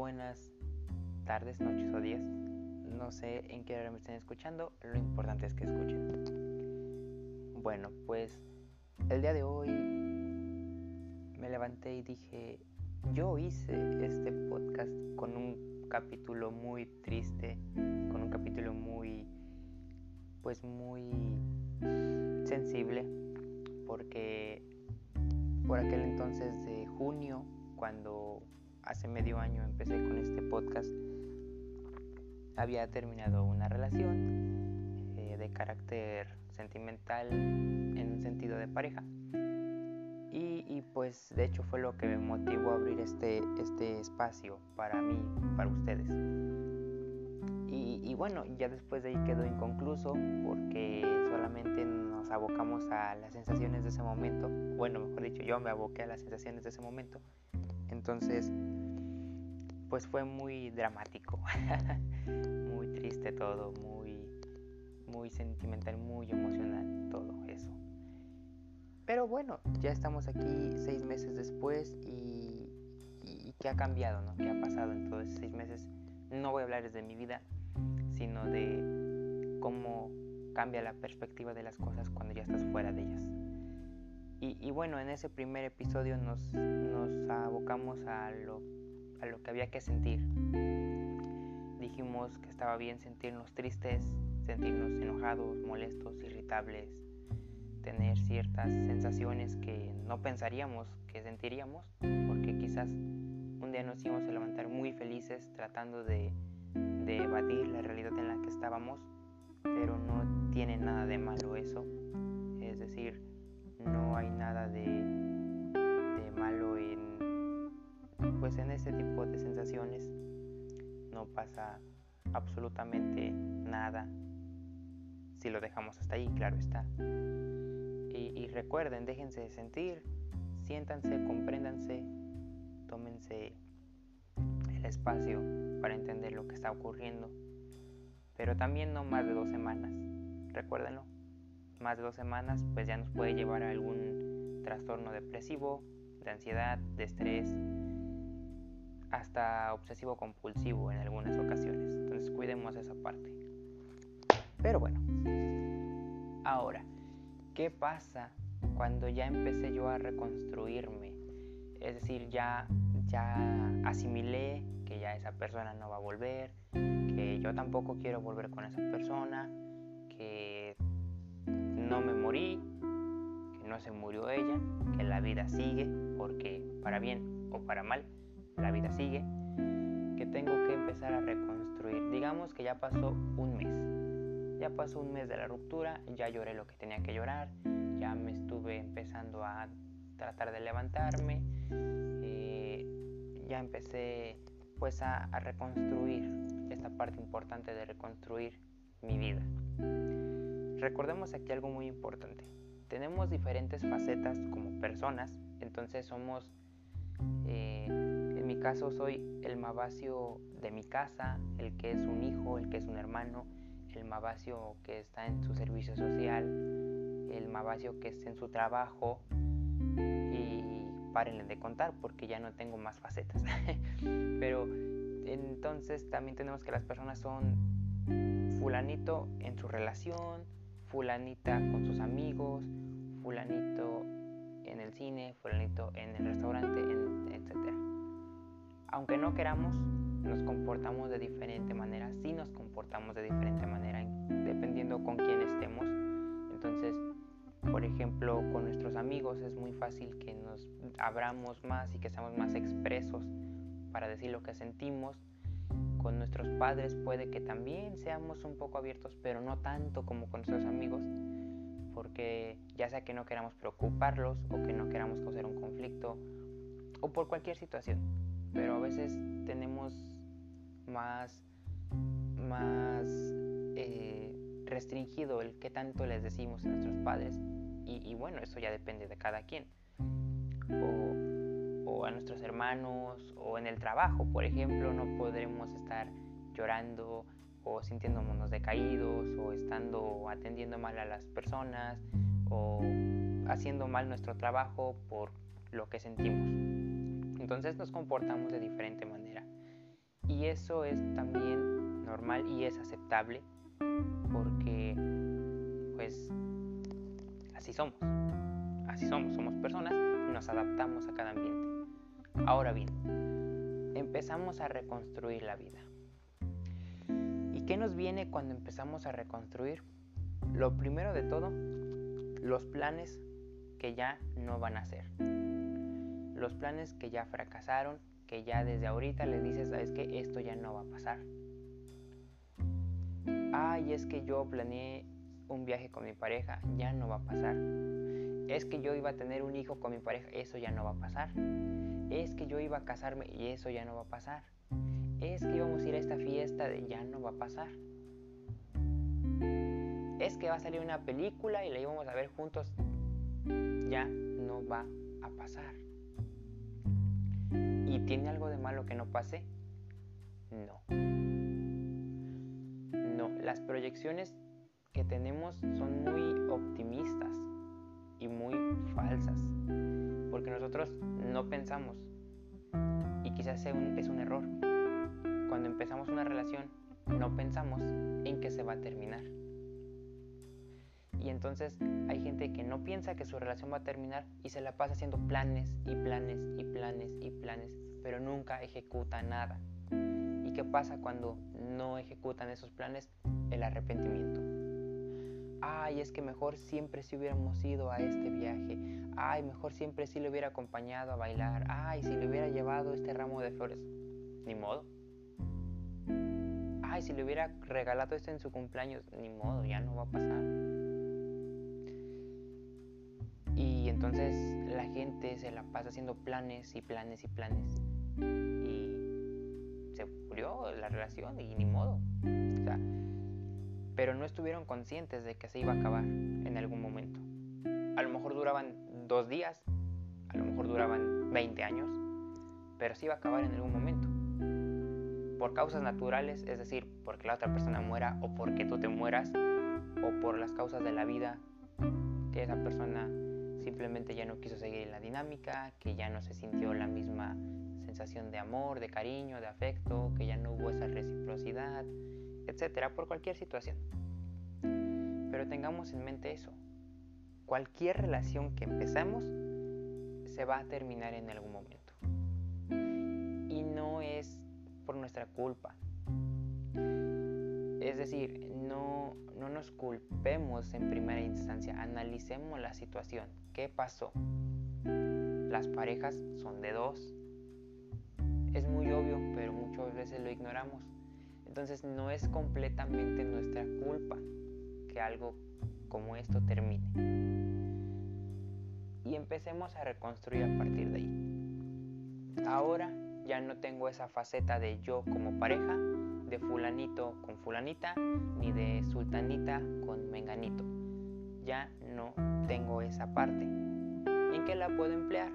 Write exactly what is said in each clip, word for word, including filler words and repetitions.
buenas tardes, noches o días. No sé en qué hora me estén escuchando, lo importante es que escuchen. Bueno, pues el día de hoy me levanté y dije, yo hice este podcast con un capítulo muy triste, con un capítulo muy, pues muy sensible, porque por aquel entonces de junio, cuando hace medio año empecé con este podcast, había terminado una relación eh, de carácter sentimental en un sentido de pareja. Y, y pues de hecho fue lo que me motivó a abrir este, este espacio para mí, para ustedes. Y, y bueno, ya después de ahí quedó inconcluso porque solamente nos abocamos a las sensaciones de ese momento. Bueno, mejor dicho, yo me aboqué a las sensaciones de ese momento. Entonces, pues fue muy dramático, muy triste todo, muy, muy sentimental, muy emocional todo eso. Pero bueno, ya estamos aquí seis meses después y, y ¿qué ha cambiado, no? ¿Qué ha pasado en todos esos seis meses? No voy a hablar desde mi vida, sino de cómo cambia la perspectiva de las cosas cuando ya estás fuera de ellas. Y, y bueno, en ese primer episodio nos, nos abocamos a lo, a lo que había que sentir. Dijimos que estaba bien sentirnos tristes, sentirnos enojados, molestos, irritables, tener ciertas sensaciones que no pensaríamos que sentiríamos, porque quizás un día nos íbamos a levantar muy felices tratando de, de evadir la realidad en la que estábamos, pero no tiene nada de malo eso. Es decir, no hay nada de, de malo en, pues en ese tipo de sensaciones. No pasa absolutamente nada si lo dejamos hasta ahí, claro está. Y, y recuerden, déjense de sentir, siéntanse, compréndanse, tómense el espacio para entender lo que está ocurriendo, pero también no más de dos semanas, recuérdenlo. Más de dos semanas pues ya nos puede llevar a algún trastorno depresivo, de ansiedad, de estrés, hasta obsesivo compulsivo en algunas ocasiones. Entonces cuidemos esa parte. Pero bueno, ahora, ¿qué pasa cuando ya empecé yo a reconstruirme? Es decir, ya, ya asimilé que ya esa persona no va a volver, que yo tampoco quiero volver con esa persona, que no me morí, que no se murió ella, que la vida sigue, porque para bien o para mal, la vida sigue, que tengo que empezar a reconstruir. Digamos que ya pasó un mes, ya pasó un mes de la ruptura, ya lloré lo que tenía que llorar, ya me estuve empezando a tratar de levantarme, eh, ya empecé pues a, a reconstruir esta parte importante de reconstruir mi vida. Recordemos aquí algo muy importante. Tenemos diferentes facetas como personas, entonces somos, eh, en mi caso soy el Mavasio de mi casa, el que es un hijo, el que es un hermano, el Mavasio que está en su servicio social, el Mavasio que está en su trabajo, y párenle de contar porque ya no tengo más facetas. Pero entonces también tenemos que las personas son fulanito en su relación, fulanita con sus amigos, fulanito en el cine, fulanito en el restaurante, etcétera. Aunque no queramos, nos comportamos de diferente manera, sí nos comportamos de diferente manera, dependiendo con quién estemos. Entonces, por ejemplo, con nuestros amigos es muy fácil que nos abramos más y que seamos más expresos para decir lo que sentimos. Con nuestros padres puede que también seamos un poco abiertos, pero no tanto como con nuestros amigos, porque ya sea que no queramos preocuparlos o que no queramos causar un conflicto o por cualquier situación, pero a veces tenemos más, más eh, restringido el qué tanto les decimos a nuestros padres y, y bueno, eso ya depende de cada quien. O, o a nuestros hermanos o en el trabajo, por ejemplo, no podremos estar llorando o sintiéndonos decaídos o estando atendiendo mal a las personas o haciendo mal nuestro trabajo por lo que sentimos. Entonces nos comportamos de diferente manera Y eso es también normal y es aceptable porque pues así somos, así somos, somos personas y nos adaptamos a cada ambiente. Ahora bien, empezamos a reconstruir la vida. ¿Y qué nos viene cuando empezamos a reconstruir? Lo primero de todo, los planes que ya no van a ser. Los planes que ya fracasaron, que ya desde ahorita les dices, ¿sabes qué? Esto ya no va a pasar. Ay, es que yo planeé un viaje con mi pareja, ya no va a pasar. Es que yo iba a tener un hijo con mi pareja, eso ya no va a pasar. Es que yo iba a casarme y eso ya no va a pasar. Es que íbamos a ir a esta fiesta, de ya no va a pasar. Es que va a salir una película y la íbamos a ver juntos, ya no va a pasar. ¿Y tiene algo de malo que no pase? No. No, las proyecciones que tenemos son muy optimistas y muy falsas, porque nosotros no pensamos, y quizás sea un, es un error. Cuando empezamos una relación, no pensamos en que se va a terminar. Y entonces hay gente que no piensa que su relación va a terminar y se la pasa haciendo planes y planes y planes y planes, pero nunca ejecuta nada. ¿Y qué pasa cuando no ejecutan esos planes? El arrepentimiento. Ay, es que mejor siempre si hubiéramos ido a este viaje. Ay, mejor siempre si le hubiera acompañado a bailar. Ay, si le hubiera llevado este ramo de flores. Ni modo. Ay, si le hubiera regalado esto en su cumpleaños. Ni modo, ya no va a pasar. Y entonces la gente se la pasa haciendo planes y planes y planes. Y se murió la relación y ni modo. O sea, pero no estuvieron conscientes de que se iba a acabar en algún momento. A lo mejor duraban dos días, a lo mejor duraban veinte años, pero se iba a acabar en algún momento. Por causas naturales, es decir, porque la otra persona muera o porque tú te mueras, o por las causas de la vida, que esa persona simplemente ya no quiso seguir en la dinámica, que ya no se sintió la misma sensación de amor, de cariño, de afecto, que ya no hubo esa reciprocidad, etcétera, por cualquier situación. Pero tengamos en mente eso. Cualquier relación que empezamos se va a terminar en algún momento. Y no es por nuestra culpa. Es decir, no, no nos culpemos en primera instancia, analicemos la situación. ¿Qué pasó? Las parejas son de dos. Es muy obvio, pero muchas veces lo ignoramos. Entonces no es completamente nuestra culpa que algo como esto termine. Y empecemos a reconstruir a partir de ahí. Ahora ya no tengo esa faceta de yo como pareja, de fulanito con fulanita, ni de sultanita con menganito. Ya no tengo esa parte. ¿En qué la puedo emplear?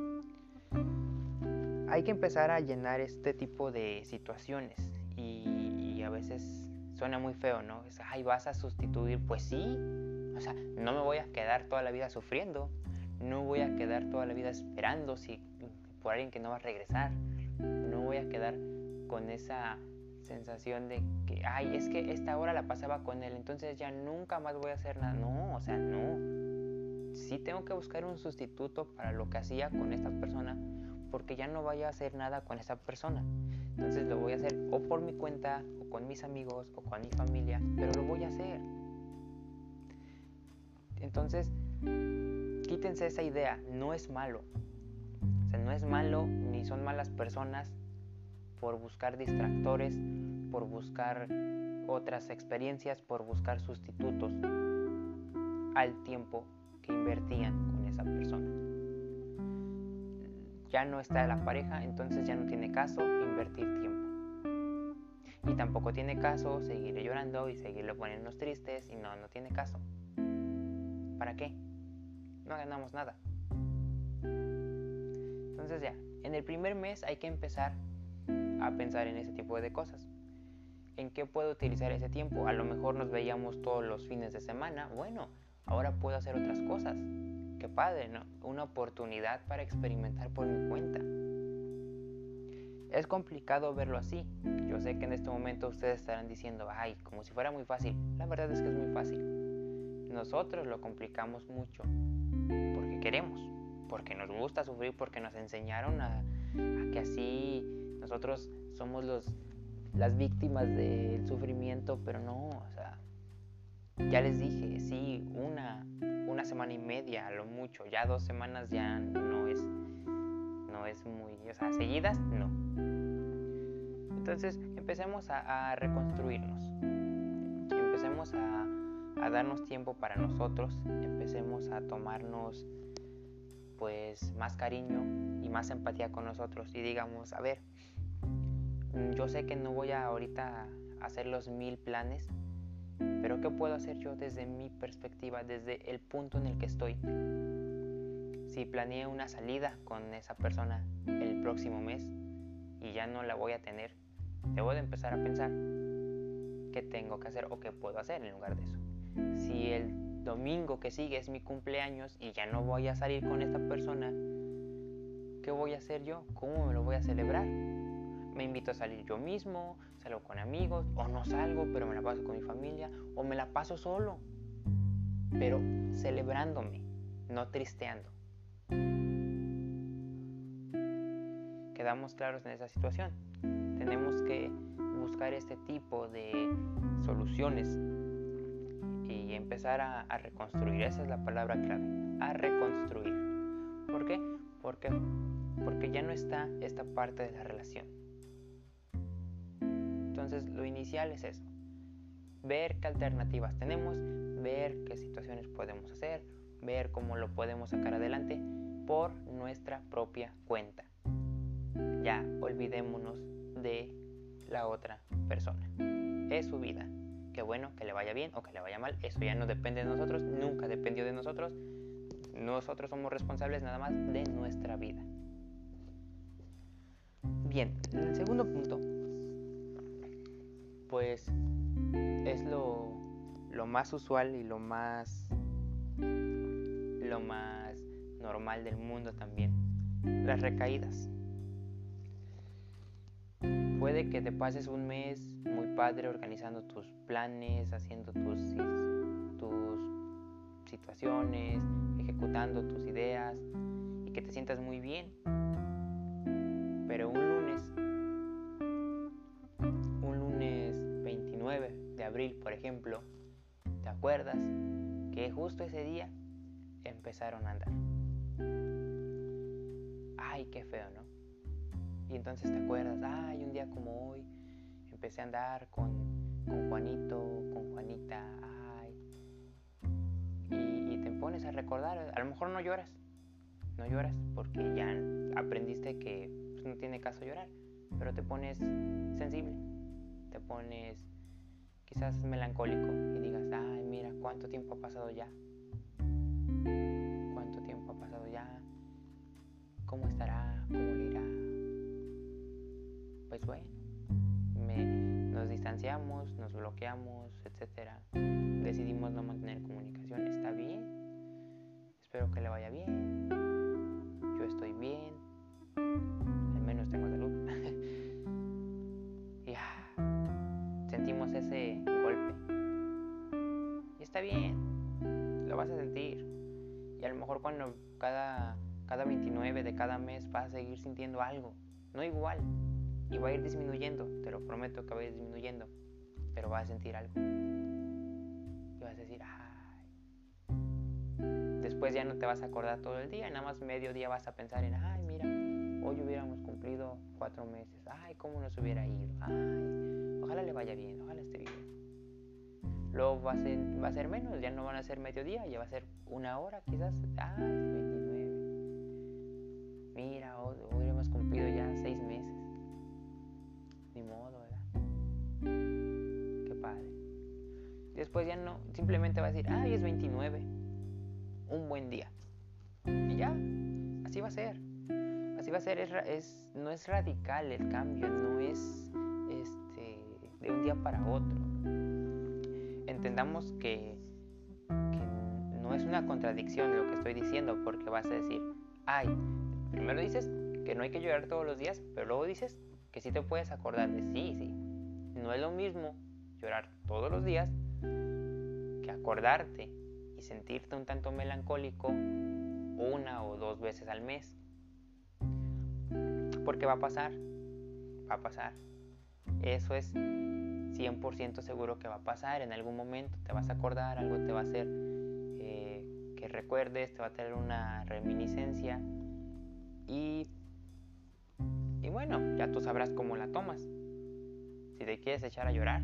Hay que empezar a llenar este tipo de situaciones y, y a veces suena muy feo, ¿no? Es, ay, vas a sustituir, pues sí. O sea, no me voy a quedar toda la vida sufriendo, no voy a quedar toda la vida esperando si, por alguien que no va a regresar, no voy a quedar con esa sensación de que, ay, es que esta hora la pasaba con él, entonces ya nunca más voy a hacer nada. No, o sea, no. Sí tengo que buscar un sustituto para lo que hacía con esta persona, porque ya no vaya a hacer nada con esa persona. Entonces lo voy a hacer o por mi cuenta, o con mis amigos, o con mi familia, pero lo voy a hacer. Entonces, quítense esa idea, no es malo. O sea, no es malo, ni son malas personas por buscar distractores, por buscar otras experiencias, por buscar sustitutos al tiempo que invertían con esa persona. Ya no está la pareja, entonces ya no tiene caso invertir tiempo. Y tampoco tiene caso seguirle llorando y seguirle poniéndonos tristes, y no, no tiene caso. ¿Para qué? No ganamos nada. Entonces ya, en el primer mes hay que empezar a pensar en ese tipo de cosas. ¿En qué puedo utilizar ese tiempo? A lo mejor nos veíamos todos los fines de semana. Bueno, ahora puedo hacer otras cosas. Qué padre, ¿no? Una oportunidad para experimentar por mi cuenta. Es complicado verlo así. Yo sé que en este momento ustedes estarán diciendo, ay, como si fuera muy fácil. La verdad es que es muy fácil. Nosotros lo complicamos mucho porque queremos, porque nos gusta sufrir, porque nos enseñaron a, a que así nosotros somos los, las víctimas del sufrimiento, pero no, o sea, ya les dije, sí, una, una semana y media a lo mucho, ya dos semanas ya no es, no es muy, o sea, seguidas no. Entonces empecemos a, a reconstruirnos, empecemos a, a darnos tiempo para nosotros, empecemos a tomarnos pues más cariño y más empatía con nosotros y digamos, a ver, yo sé que no voy a ahorita a hacer los mil planes, pero ¿qué puedo hacer yo desde mi perspectiva, desde el punto en el que estoy? Si planeé una salida con esa persona el próximo mes y ya no la voy a tener, debo de empezar a pensar qué tengo que hacer o qué puedo hacer en lugar de eso. Si el domingo que sigue es mi cumpleaños y ya no voy a salir con esta persona, ¿qué voy a hacer yo? ¿Cómo me lo voy a celebrar? ¿Me invito a salir yo mismo? ¿Salgo con amigos? ¿O no salgo pero me la paso con mi familia? ¿O me la paso solo? Pero celebrándome, no tristeando. Quedamos claros en esa situación. Tenemos que buscar este tipo de soluciones y empezar a, a reconstruir. Esa es la palabra clave, a reconstruir. ¿Por qué? Porque, porque ya no está esta parte de la relación. Entonces lo inicial es eso, ver qué alternativas tenemos, ver qué situaciones podemos hacer, ver cómo lo podemos sacar adelante por nuestra propia cuenta. Ya olvidémonos de la otra persona. Es su vida. Qué bueno, que le vaya bien o que le vaya mal, eso ya no depende de nosotros, nunca dependió de nosotros. Nosotros somos responsables nada más de nuestra vida. Bien, el segundo punto, pues es lo, lo más usual y lo más, lo más normal del mundo también, las recaídas. Puede que te pases un mes muy padre organizando tus planes, haciendo tus, tus situaciones, ejecutando tus ideas y que te sientas muy bien. Pero un lunes, un lunes veintinueve de abril, por ejemplo, ¿te acuerdas que justo ese día empezaron a andar? Ay, qué feo, ¿no? Y entonces te acuerdas, ay, un día como hoy empecé a andar con, con Juanito, con Juanita, ay. Y, y te pones a recordar, a lo mejor no lloras, no lloras porque ya aprendiste que pues, no tiene caso llorar, pero te pones sensible, te pones quizás melancólico y digas, ay, mira, cuánto tiempo ha pasado ya, cuánto tiempo ha pasado ya, cómo estará, cómo le irá. Pues bueno, me, nos distanciamos, nos bloqueamos, etcétera. Decidimos no mantener comunicación, está bien, espero que le vaya bien, yo estoy bien, al menos tengo salud. Y ah, sentimos ese golpe. Y está bien, lo vas a sentir. Y a lo mejor cuando cada, cada veintinueve de cada mes vas a seguir sintiendo algo, no igual. Y va a ir disminuyendo, te lo prometo que va a ir disminuyendo, pero vas a sentir algo. Y vas a decir, ay. Después ya no te vas a acordar todo el día, nada más medio día vas a pensar en, ay, mira, hoy hubiéramos cumplido cuatro meses, ay, cómo nos hubiera ido, ay, ojalá le vaya bien, ojalá esté bien. Luego va a ser, va a ser menos, ya no van a ser mediodía, ya va a ser una hora quizás, ay, veintinueve. Mira, hoy hubiéramos cumplido ya seis meses. Ni modo, ¿verdad? Qué padre. Después ya no, simplemente va a decir, ay, es veintinueve, un buen día. Y ya, así va a ser. Así va a ser, es, es, no es radical el cambio, no es este, de un día para otro. Entendamos que, que no es una contradicción lo que estoy diciendo, porque vas a decir, ay, primero dices que no hay que llorar todos los días, pero luego dices que sí te puedes acordar de sí, sí. No es lo mismo llorar todos los días que acordarte y sentirte un tanto melancólico una o dos veces al mes. Porque va a pasar, va a pasar. Eso es cien por ciento seguro que va a pasar. En algún momento te vas a acordar, algo te va a hacer eh, que recuerdes, te va a traer una reminiscencia y, y bueno, ya tú sabrás cómo la tomas. Si te quieres echar a llorar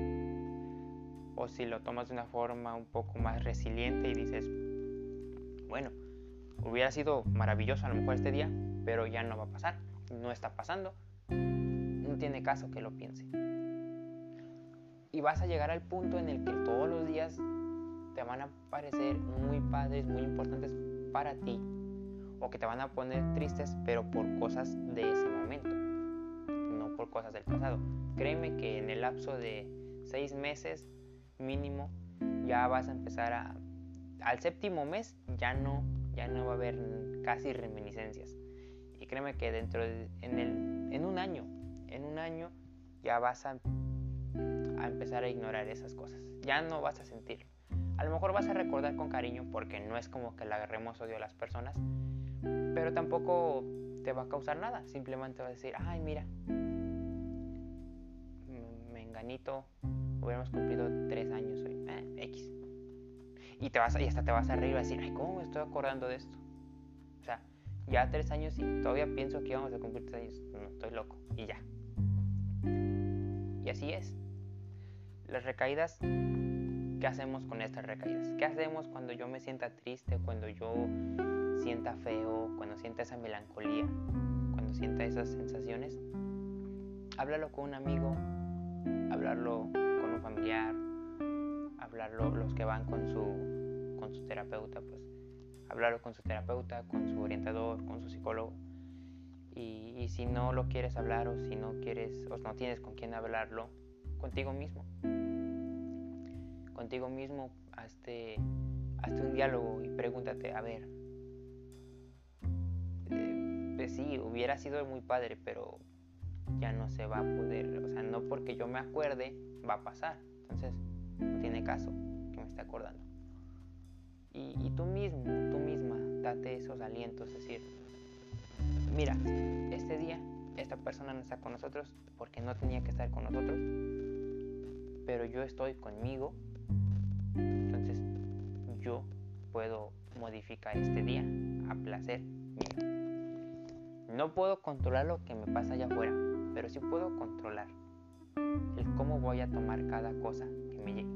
o si lo tomas de una forma un poco más resiliente y dices, bueno, hubiera sido maravilloso a lo mejor este día, pero ya no va a pasar, no está pasando, no tiene caso que lo piense. Y vas a llegar al punto en el que todos los días te van a parecer muy padres, muy importantes para ti, o que te van a poner tristes, pero por cosas de ese momento, no por cosas del pasado. Créeme que en el lapso de seis meses mínimo ya vas a empezar a... Al séptimo mes ya no, ya no va a haber casi reminiscencias. Y créeme que dentro de... En, el, en un año, en un año ya vas a, a empezar a ignorar esas cosas. Ya no vas a sentirlo. A lo mejor vas a recordar con cariño porque no es como que le agarremos odio a las personas, pero tampoco te va a causar nada. Simplemente vas a decir, ay, mira, menganito, hubiéramos cumplido tres años hoy, eh, X. Y, te vas a, y hasta te vas a reír y vas a decir, ay, ¿cómo me estoy acordando de esto? O sea, ya tres años y todavía pienso que íbamos a cumplir tres años. No, estoy loco. Y ya. Y así es. Las recaídas, ¿qué hacemos con estas recaídas? ¿Qué hacemos cuando yo me sienta triste, cuando yo sienta feo, cuando sienta esa melancolía, cuando sienta esas sensaciones? Háblalo con un amigo, hablarlo con un familiar, hablarlo los que van con su, con su terapeuta, pues hablarlo con su terapeuta, con su orientador, con su psicólogo. Y, y si no lo quieres hablar o si no quieres o no tienes con quién hablarlo, contigo mismo. Contigo mismo, hazte, hazte un diálogo y pregúntate, a ver, eh, pues sí, hubiera sido muy padre, pero ya no se va a poder, o sea, no porque yo me acuerde va a pasar, entonces no tiene caso que me esté acordando. Y, y tú mismo, tú misma, date esos alientos, es decir, mira, este día esta persona no está con nosotros porque no tenía que estar con nosotros, pero yo estoy conmigo, entonces yo puedo modificar este día a placer mío. No puedo controlar lo que me pasa allá afuera, pero sí puedo controlar el cómo voy a tomar cada cosa que me llegue.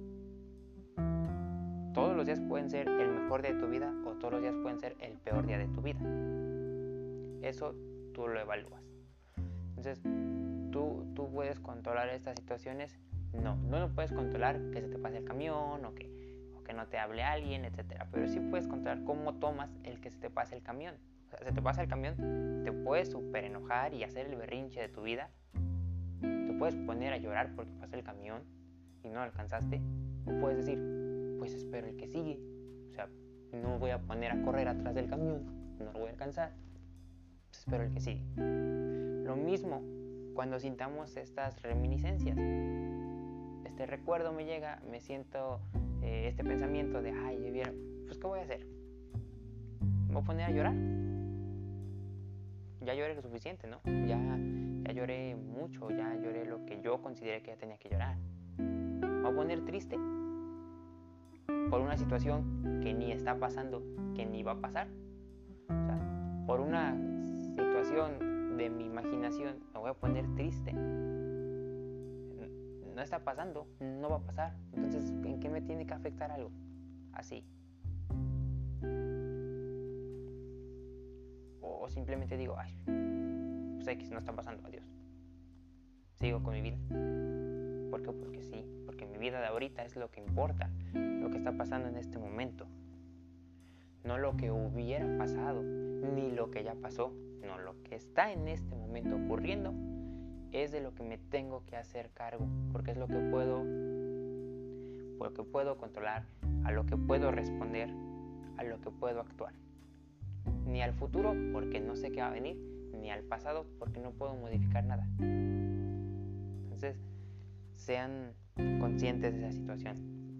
Todos los días pueden ser el mejor día de tu vida o todos los días pueden ser el peor día de tu vida. Eso tú lo evalúas. Entonces, ¿tú, tú puedes controlar estas situaciones? No, no lo puedes controlar que se te pase el camión o que, o que no te hable alguien, etcétera. Pero sí puedes controlar cómo tomas el que se te pase el camión. O sea, se te pasa el camión, te puedes súper enojar y hacer el berrinche de tu vida. Te puedes poner a llorar porque pasó el camión y no lo alcanzaste. O puedes decir, pues espero el que sigue. O sea, no voy a poner a correr atrás del camión, no lo voy a alcanzar. Pues espero el que sigue. Lo mismo cuando sintamos estas reminiscencias. Este recuerdo me llega, me siento eh, este pensamiento de, ay, vieron, pues ¿qué voy a hacer? ¿Me voy a poner a llorar? Ya lloré lo suficiente, ¿no? Ya, ya lloré mucho, ya lloré lo que yo consideré que ya tenía que llorar. ¿Me voy a poner triste por una situación que ni está pasando, que ni va a pasar? O sea, por una situación de mi imaginación me voy a poner triste. No está pasando, no va a pasar. Entonces, ¿en qué me tiene que afectar algo? Así. O, o simplemente digo, ay, pues X, no está pasando, adiós. Sigo con mi vida. ¿Por qué? Porque sí, porque mi vida de ahorita es lo que importa, lo que está pasando en este momento. No lo que hubiera pasado, ni lo que ya pasó, no, lo que está en este momento ocurriendo es de lo que me tengo que hacer cargo, porque es lo que puedo, lo que puedo controlar, a lo que puedo responder, a lo que puedo actuar. Ni al futuro, porque no sé qué va a venir, ni al pasado porque no puedo modificar nada. Entonces, sean conscientes de esa situación.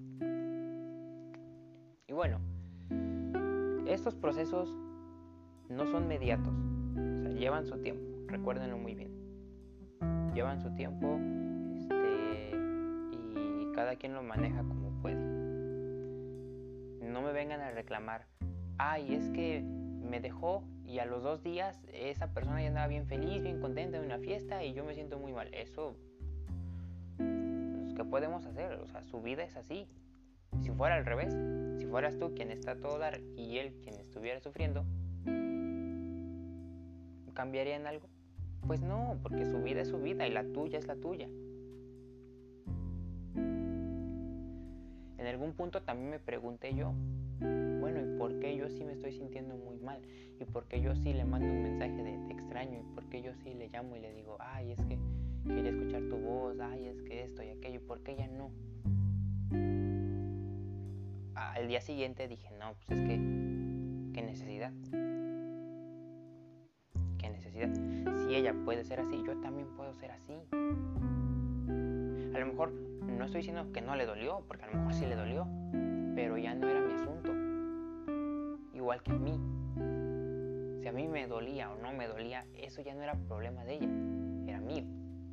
Y bueno, estos procesos no son mediatos, o sea, llevan su tiempo, recuérdenlo muy bien. Llevan su tiempo este, y cada quien lo maneja como puede. No me vengan a reclamar, ay, es que me dejó y a los dos días esa persona ya andaba bien feliz, bien contenta en una fiesta y yo me siento muy mal. Eso, ¿qué podemos hacer? O sea, su vida es así. Si fuera al revés, si fueras tú quien está a todo dar y él quien estuviera sufriendo, ¿cambiaría en algo? Pues no, porque su vida es su vida y la tuya es la tuya. En algún punto también me pregunté yo, bueno, ¿y por qué yo sí me estoy sintiendo muy mal? ¿Y por qué yo sí le mando un mensaje de te extraño? ¿Y por qué yo sí le llamo y le digo, ay, es que quería escuchar tu voz, ay, es que esto y aquello, ¿y por qué ella no? Al día siguiente dije, no, pues es que, ¿qué necesidad? ¿Qué necesidad? Si ella puede ser así, yo también puedo ser así. A lo mejor no estoy diciendo que no le dolió, porque a lo mejor sí le dolió, pero ya no era mi asunto. Igual que a mí. Si a mí me dolía o no me dolía, eso ya no era problema de ella, era mío.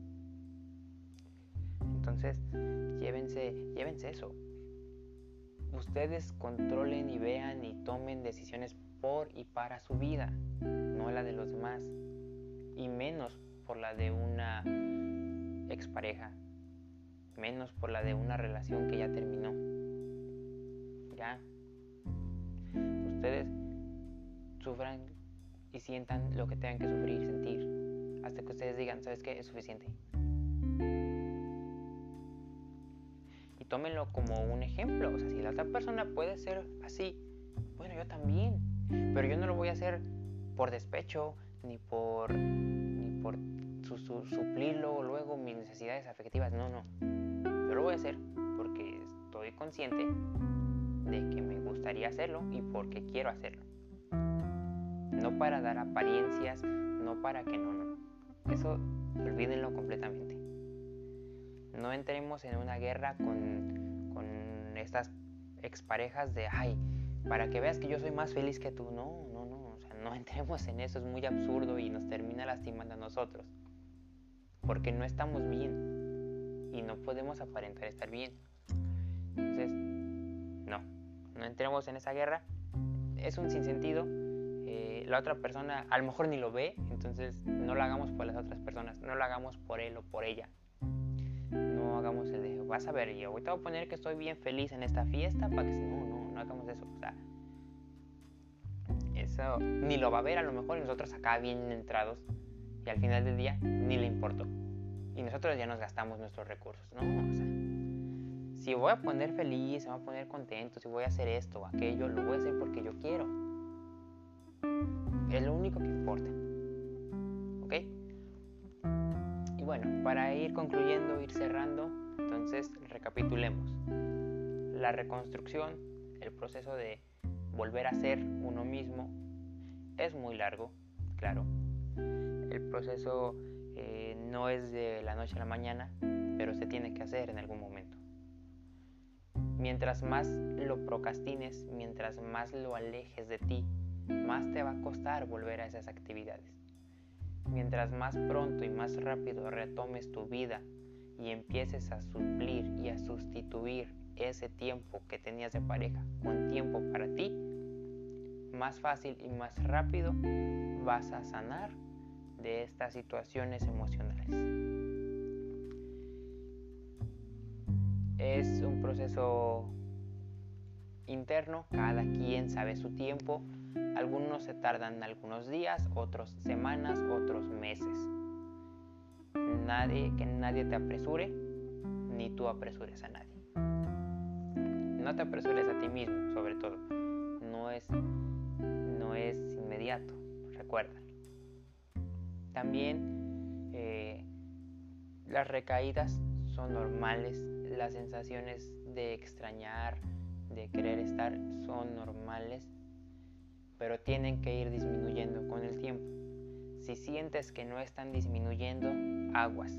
Entonces, llévense, llévense eso. Ustedes controlen y vean y tomen decisiones por y para su vida, no la de los demás, y menos por la de una expareja, menos por la de una relación que ya terminó. Ya. Ustedes sufran y sientan lo que tengan que sufrir y sentir hasta que ustedes digan, ¿sabes qué? Es suficiente. Y tómenlo como un ejemplo. O sea, si la otra persona puede ser así, bueno, yo también. Pero yo no lo voy a hacer por despecho, ni por, ni por su, su, suplirlo luego mis necesidades afectivas. No, no. Yo lo voy a hacer porque estoy consciente de que me gustaría hacerlo y porque quiero hacerlo. No para dar apariencias, no para que no, no. Eso olvídenlo completamente. No entremos en una guerra con, con estas exparejas de, ay, para que veas que yo soy más feliz que tú. No, no, no. O sea, no entremos en eso, es muy absurdo y nos termina lastimando a nosotros. Porque no estamos bien y no podemos aparentar estar bien. Entonces, no, no entremos en esa guerra. Es un sinsentido. Eh, la otra persona a lo mejor ni lo ve, entonces no lo hagamos por las otras personas, no lo hagamos por él o por ella. No hagamos el de, vas a ver, y ahorita voy a poner que estoy bien feliz en esta fiesta para que no, no, no hagamos eso. O sea, eso ni lo va a ver a lo mejor y nosotros acá bien entrados y al final del día ni le importó. Y nosotros ya nos gastamos nuestros recursos, ¿no? O sea, si voy a poner feliz, me voy a poner contento, si voy a hacer esto o aquello, lo voy a hacer porque yo quiero. Es lo único que importa. ¿Ok? Y bueno, para ir concluyendo, ir cerrando, entonces recapitulemos. La reconstrucción, el proceso de volver a ser uno mismo, es muy largo, claro. El proceso eh, no es de la noche a la mañana, pero se tiene que hacer en algún momento. Mientras más lo procrastines, mientras más lo alejes de ti, más te va a costar volver a esas actividades. Mientras más pronto y más rápido retomes tu vida y empieces a suplir y a sustituir ese tiempo que tenías de pareja con tiempo para ti, más fácil y más rápido vas a sanar de estas situaciones emocionales. Es un proceso interno, cada quien sabe su tiempo. Algunos se tardan algunos días, otros semanas, otros meses. Nadie, que nadie te apresure, ni tú apresures a nadie. No te apresures a ti mismo, sobre todo. No es, no es inmediato, recuerda. También eh, las recaídas son normales, las sensaciones de extrañar, de querer estar son normales, pero tienen que ir disminuyendo con el tiempo. si sientes que no están disminuyendo, aguas.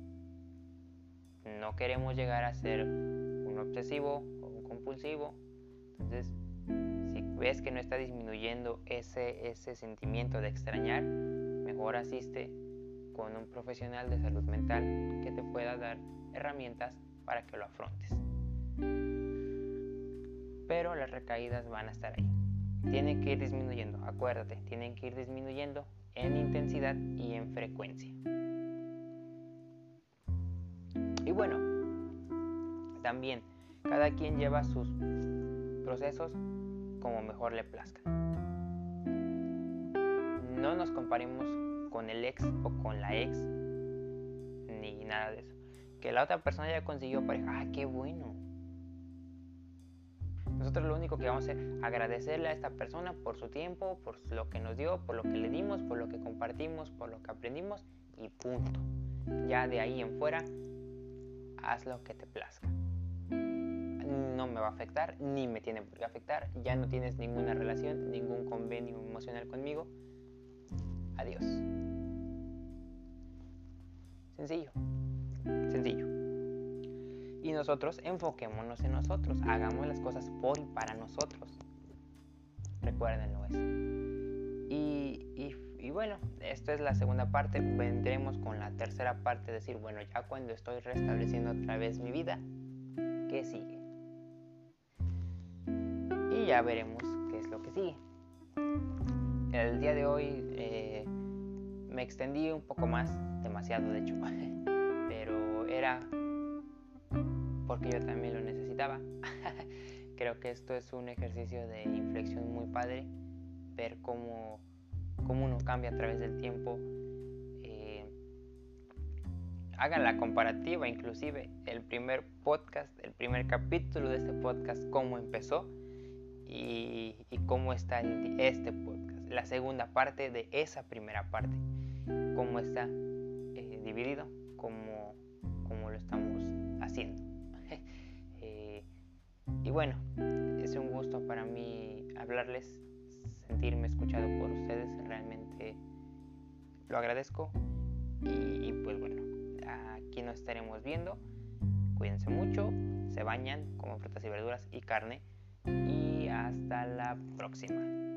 No queremos llegar a ser un obsesivo o un compulsivo. Entonces, si ves que no está disminuyendo ese, ese sentimiento de extrañar, mejor asiste con un profesional de salud mental que te pueda dar herramientas para que lo afrontes. Pero las recaídas van a estar ahí. Tienen que ir disminuyendo, acuérdate, tienen que ir disminuyendo en intensidad y en frecuencia. Y bueno, también cada quien lleva sus procesos como mejor le plazca. No nos comparemos con el ex o con la ex, ni nada de eso. Que la otra persona ya consiguió pareja, ¡ah, qué bueno! Nosotros lo único que vamos a hacer es agradecerle a esta persona por su tiempo, por lo que nos dio, por lo que le dimos, por lo que compartimos, por lo que aprendimos y punto. Ya de ahí en fuera, haz lo que te plazca. No me va a afectar, ni me tiene por qué afectar. Ya no tienes ninguna relación, ningún convenio emocional conmigo. Adiós. Sencillo. Sencillo. Y nosotros enfoquémonos en nosotros. Hagamos las cosas por y para nosotros. Recuérdenlo eso. Y, y, y bueno, esto es la segunda parte. Vendremos con la tercera parte. Decir, bueno, ya cuando estoy restableciendo otra vez mi vida, ¿qué sigue? Y ya veremos qué es lo que sigue. El día de hoy eh, me extendí un poco más, demasiado de hecho, pero era porque yo también lo necesitaba. Creo que esto es un ejercicio de inflexión muy padre, ver cómo, cómo uno cambia a través del tiempo. Eh, hagan la comparativa, inclusive el primer podcast, el primer capítulo de este podcast, cómo empezó y, y cómo está el, este podcast, la segunda parte de esa primera parte, cómo está eh, dividido, cómo, cómo lo estamos haciendo. eh, y bueno, es un gusto para mí hablarles, sentirme escuchado por ustedes, realmente lo agradezco. Y, y pues bueno, aquí nos estaremos viendo. Cuídense mucho, se bañan, coman frutas y verduras y carne, y hasta la próxima.